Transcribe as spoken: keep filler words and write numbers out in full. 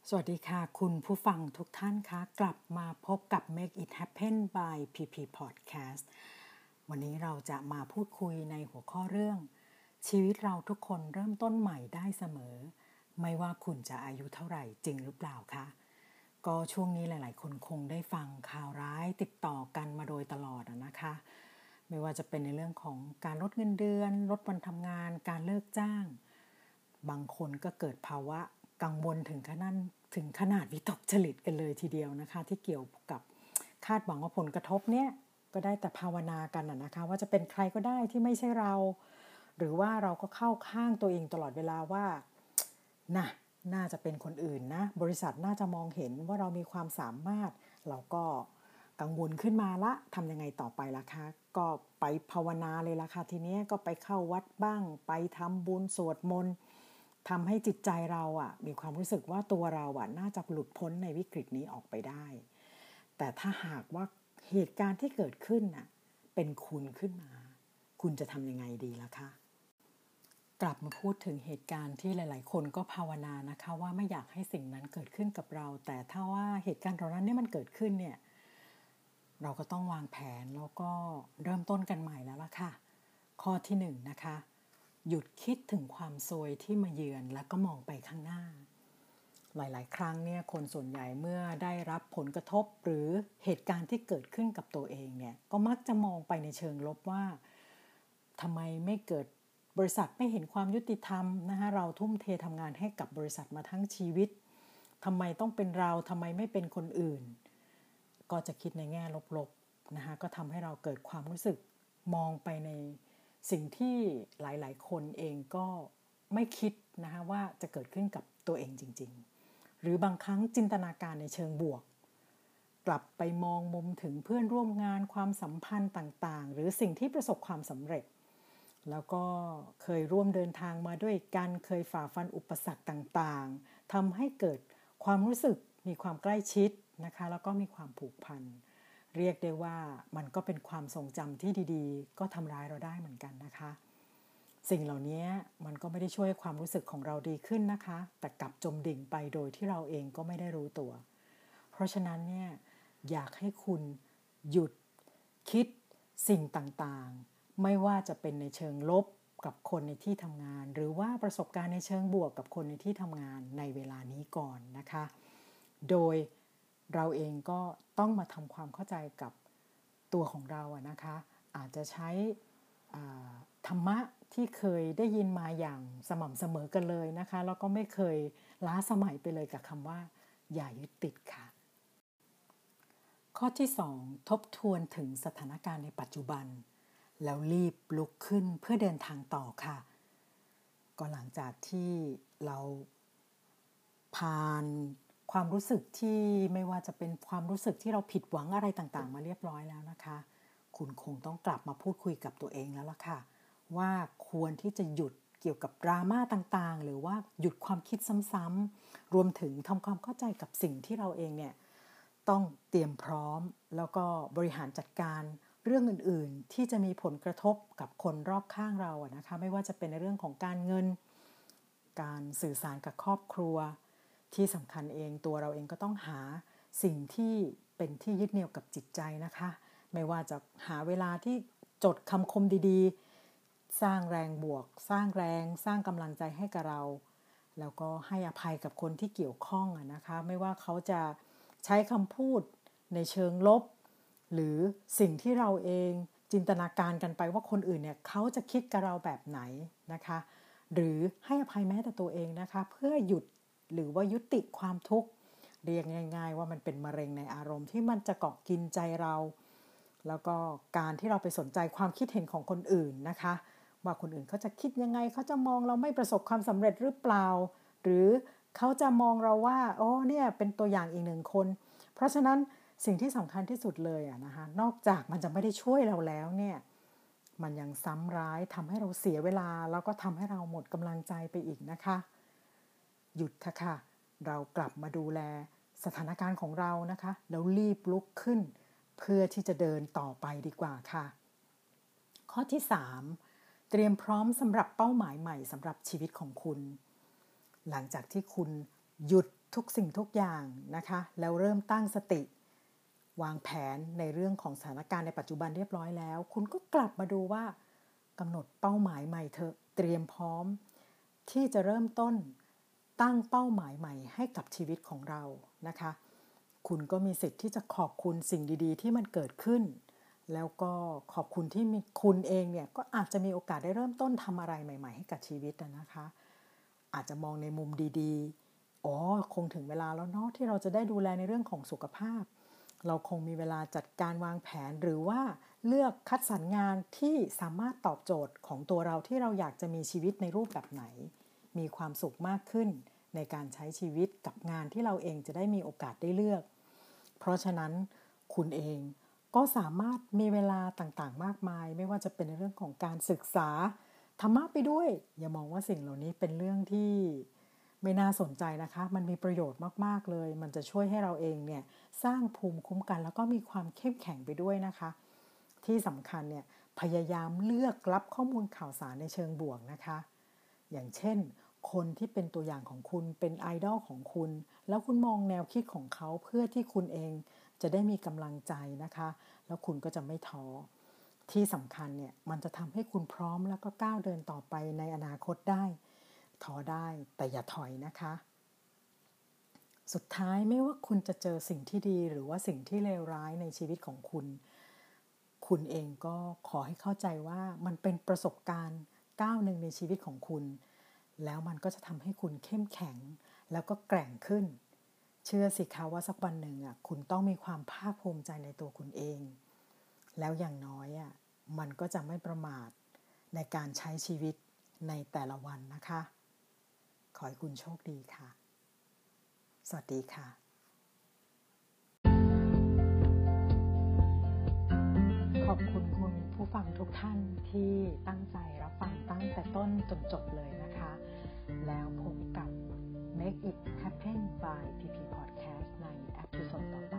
สวัสดีค่ะคุณผู้ฟังทุกท่านคะกลับมาพบกับ Make It Happen by พี พี Podcast วันนี้เราจะมาพูดคุยในหัวข้อเรื่องชีวิตเราทุกคนเริ่มต้นใหม่ได้เสมอไม่ว่าคุณจะอายุเท่าไหร่จริงหรือเปล่าคะก็ช่วงนี้หลายๆคนคงได้ฟังข่าวร้ายติดต่อกันมาโดยตลอดนะคะไม่ว่าจะเป็นในเรื่องของการลดเงินเดือนลดวันทำงานการเลิกจ้างบางคนก็เกิดภาวะกังวลถึงขนาดถึงขนาดวิตกจริตกันเลยทีเดียวนะคะที่เกี่ยวกับคาดหวังว่าผลกระทบเนี้ยก็ได้แต่ภาวนากันนะคะว่าจะเป็นใครก็ได้ที่ไม่ใช่เราหรือว่าเราก็เข้าข้างตัวเองตลอดเวลาว่าน่ะน่าจะเป็นคนอื่นนะบริษัทน่าจะมองเห็นว่าเรามีความสามารถเราก็กังวลขึ้นมาละทำยังไงต่อไปล่ะคะก็ไปภาวนาเลยล่ะค่ะทีนี้ก็ไปเข้าวัดบ้างไปทำบุญสวดมนต์ทำให้จิตใจเราอ่ะมีความรู้สึกว่าตัวเราอ่ะน่าจะหลุดพ้นในวิกฤตนี้ออกไปได้แต่ถ้าหากว่าเหตุการณ์ที่เกิดขึ้นน่ะเป็นคุณขึ้นมาคุณจะทำยังไงดีล่ะคะกลับมาพูดถึงเหตุการณ์ที่หลายๆคนก็ภาวนานะคะว่าไม่อยากให้สิ่งนั้นเกิดขึ้นกับเราแต่ถ้าว่าเหตุการณ์เหล่านั้นเนี่ยมันเกิดขึ้นเนี่ยเราก็ต้องวางแผนแล้วก็เริ่มต้นกันใหม่แล้วล่ะค่ะข้อที่หนึ่งนะคะหยุดคิดถึงความซวยที่มาเยือนแล้วก็มองไปข้างหน้าหลายๆครั้งเนี่ยคนส่วนใหญ่เมื่อได้รับผลกระทบหรือเหตุการณ์ที่เกิดขึ้นกับตัวเองเนี่ยก็มักจะมองไปในเชิงลบว่าทำไมไม่เกิดบริษัทไม่เห็นความยุติธรรมนะคะเราทุ่มเททำงานให้กับบริษัทมาทั้งชีวิตทำไมต้องเป็นเราทำไมไม่เป็นคนอื่นก็จะคิดในแง่ลบๆนะคะก็ทำให้เราเกิดความรู้สึกมองไปในสิ่งที่หลายๆคนเองก็ไม่คิดนะคะว่าจะเกิดขึ้นกับตัวเองจริงๆหรือบางครั้งจินตนาการในเชิงบวกกลับไปมองมุมถึงเพื่อนร่วมงานความสัมพันธ์ต่างๆหรือสิ่งที่ประสบความสำเร็จแล้วก็เคยร่วมเดินทางมาด้วยกันเคยฝ่าฟันอุปสรรคต่างๆทำให้เกิดความรู้สึกมีความใกล้ชิดนะคะแล้วก็มีความผูกพันเรียกได้ว่ามันก็เป็นความทรงจำที่ดีๆก็ทำร้ายเราได้เหมือนกันนะคะสิ่งเหล่านี้มันก็ไม่ได้ช่วยความรู้สึกของเราดีขึ้นนะคะแต่กลับจมดิ่งไปโดยที่เราเองก็ไม่ได้รู้ตัวเพราะฉะนั้นเนี่ยอยากให้คุณหยุดคิดสิ่งต่างๆไม่ว่าจะเป็นในเชิงลบกับคนในที่ทำงานหรือว่าประสบการณ์ในเชิงบวกกับคนในที่ทำงานในเวลานี้ก่อนนะคะโดยเราเองก็ต้องมาทำความเข้าใจกับตัวของเราอะนะคะอาจจะใช้ธรรมะที่เคยได้ยินมาอย่างสม่ำเสมอกันเลยนะคะแล้วก็ไม่เคยล้าสมัยไปเลยกับคำว่าอย่ายึดติดค่ะข้อที่สองทบทวนถึงสถานการณ์ในปัจจุบันแล้วรีบลุกขึ้นเพื่อเดินทางต่อค่ะก็หลังจากที่เราผ่านความรู้สึกที่ไม่ว่าจะเป็นความรู้สึกที่เราผิดหวังอะไรต่างๆมาเรียบร้อยแล้วนะคะคุณคงต้องกลับมาพูดคุยกับตัวเองแล้วล่ะค่ะว่าควรที่จะหยุดเกี่ยวกับดราม่าต่างๆหรือว่าหยุดความคิดซ้ำๆรวมถึงทำความเข้าใจกับสิ่งที่เราเองเนี่ยต้องเตรียมพร้อมแล้วก็บริหารจัดการเรื่องอื่นๆที่จะมีผลกระทบกับคนรอบข้างเราอะนะคะไม่ว่าจะเป็นในเรื่องของการเงินการสื่อสารกับครอบครัวที่สำคัญเองตัวเราเองก็ต้องหาสิ่งที่เป็นที่ยึดเหนี่ยวกับจิตใจนะคะไม่ว่าจะหาเวลาที่จดคำคมดีๆสร้างแรงบวกสร้างแรงสร้างกำลังใจให้กับเราแล้วก็ให้อภัยกับคนที่เกี่ยวข้องอะนะคะไม่ว่าเขาจะใช้คำพูดในเชิงลบหรือสิ่งที่เราเองจินตนาการกันไปว่าคนอื่นเนี่ยเขาจะคิดกับเราแบบไหนนะคะหรือให้อภัยแม้แต่ตัวเองนะคะเพื่อหยุดหรือว่ายุติความทุกข์เรียกง่ายๆว่ามันเป็นมะเร็งในอารมณ์ที่มันจะเกาะกินใจเราแล้วก็การที่เราไปสนใจความคิดเห็นของคนอื่นนะคะว่าคนอื่นเขาจะคิดยังไงเขาจะมองเราไม่ประสบความสำเร็จหรือเปล่าหรือเขาจะมองเราว่าโอ้เนี่ยเป็นตัวอย่างอีกหนึ่งคนเพราะฉะนั้นสิ่งที่สำคัญที่สุดเลยอะนะคะนอกจากมันจะไม่ได้ช่วยเราแล้วเนี่ยมันยังซ้ำร้ายทำให้เราเสียเวลาแล้วก็ทำให้เราหมดกำลังใจไปอีกนะคะหยุดเถอะค่ะเรากลับมาดูแลสถานการณ์ของเรานะคะแล้วรีบลุกขึ้นเพื่อที่จะเดินต่อไปดีกว่าค่ะข้อที่สามเตรียมพร้อมสำหรับเป้าหมายใหม่สำหรับชีวิตของคุณหลังจากที่คุณหยุดทุกสิ่งทุกอย่างนะคะแล้วเริ่มตั้งสติวางแผนในเรื่องของสถานการณ์ในปัจจุบันเรียบร้อยแล้วคุณก็กลับมาดูว่ากำหนดเป้าหมายใหม่เถอะเตรียมพร้อมที่จะเริ่มต้นตั้งเป้าหมายใหม่ให้กับชีวิตของเรานะคะคุณก็มีสิทธิ์ที่จะขอบคุณสิ่งดีๆที่มันเกิดขึ้นแล้วก็ขอบคุณที่มีคุณเองเนี่ยก็อาจจะมีโอกาสได้เริ่มต้นทำอะไรใหม่ๆให้กับชีวิตนะคะอาจจะมองในมุมดีๆอ๋อคงถึงเวลาแล้วเนาะที่เราจะได้ดูแลในเรื่องของสุขภาพเราคงมีเวลาจัดการวางแผนหรือว่าเลือกคัดสรรงานที่สามารถตอบโจทย์ของตัวเราที่เราอยากจะมีชีวิตในรูปแบบไหนมีความสุขมากขึ้นในการใช้ชีวิตกับงานที่เราเองจะได้มีโอกาสได้เลือกเพราะฉะนั้นคุณเองก็สามารถมีเวลาต่างๆมากมายไม่ว่าจะเป็นในเรื่องของการศึกษาธรรมะไปด้วยอย่ามองว่าสิ่งเหล่านี้เป็นเรื่องที่ไม่น่าสนใจนะคะมันมีประโยชน์มากๆเลยมันจะช่วยให้เราเองเนี่ยสร้างภูมิคุ้มกันแล้วก็มีความเข้มแข็งไปด้วยนะคะที่สำคัญเนี่ยพยายามเลือกรับข้อมูลข่าวสารในเชิงบวกนะคะอย่างเช่นคนที่เป็นตัวอย่างของคุณเป็นไอดอลของคุณแล้วคุณมองแนวคิดของเขาเพื่อที่คุณเองจะได้มีกำลังใจนะคะแล้วคุณก็จะไม่ท้อที่สำคัญเนี่ยมันจะทำให้คุณพร้อมแล้วก็ก้าวเดินต่อไปในอนาคตได้ท้อได้แต่อย่าถอยนะคะสุดท้ายไม่ว่าคุณจะเจอสิ่งที่ดีหรือว่าสิ่งที่เลวร้ายในชีวิตของคุณคุณเองก็ขอให้เข้าใจว่ามันเป็นประสบการณ์ก้าวหนึ่งในชีวิตของคุณแล้วมันก็จะทำให้คุณเข้มแข็งแล้วก็แกร่งขึ้นเชื่อสิคะว่าสักวันหนึ่งอ่ะคุณต้องมีความภาคภูมิใจในตัวคุณเองแล้วอย่างน้อยอ่ะมันก็จะไม่ประมาทในการใช้ชีวิตในแต่ละวันนะคะขอให้คุณโชคดีค่ะสวัสดีค่ะขอบคุณคุณผู้ฟังทุกท่านที่ตั้งใจรับฟังตั้งแต่ต้นจนจบเลยนะคะแล้วพบกับ Make It Happen by พี พี Podcast ในเอพิโซดต่อไป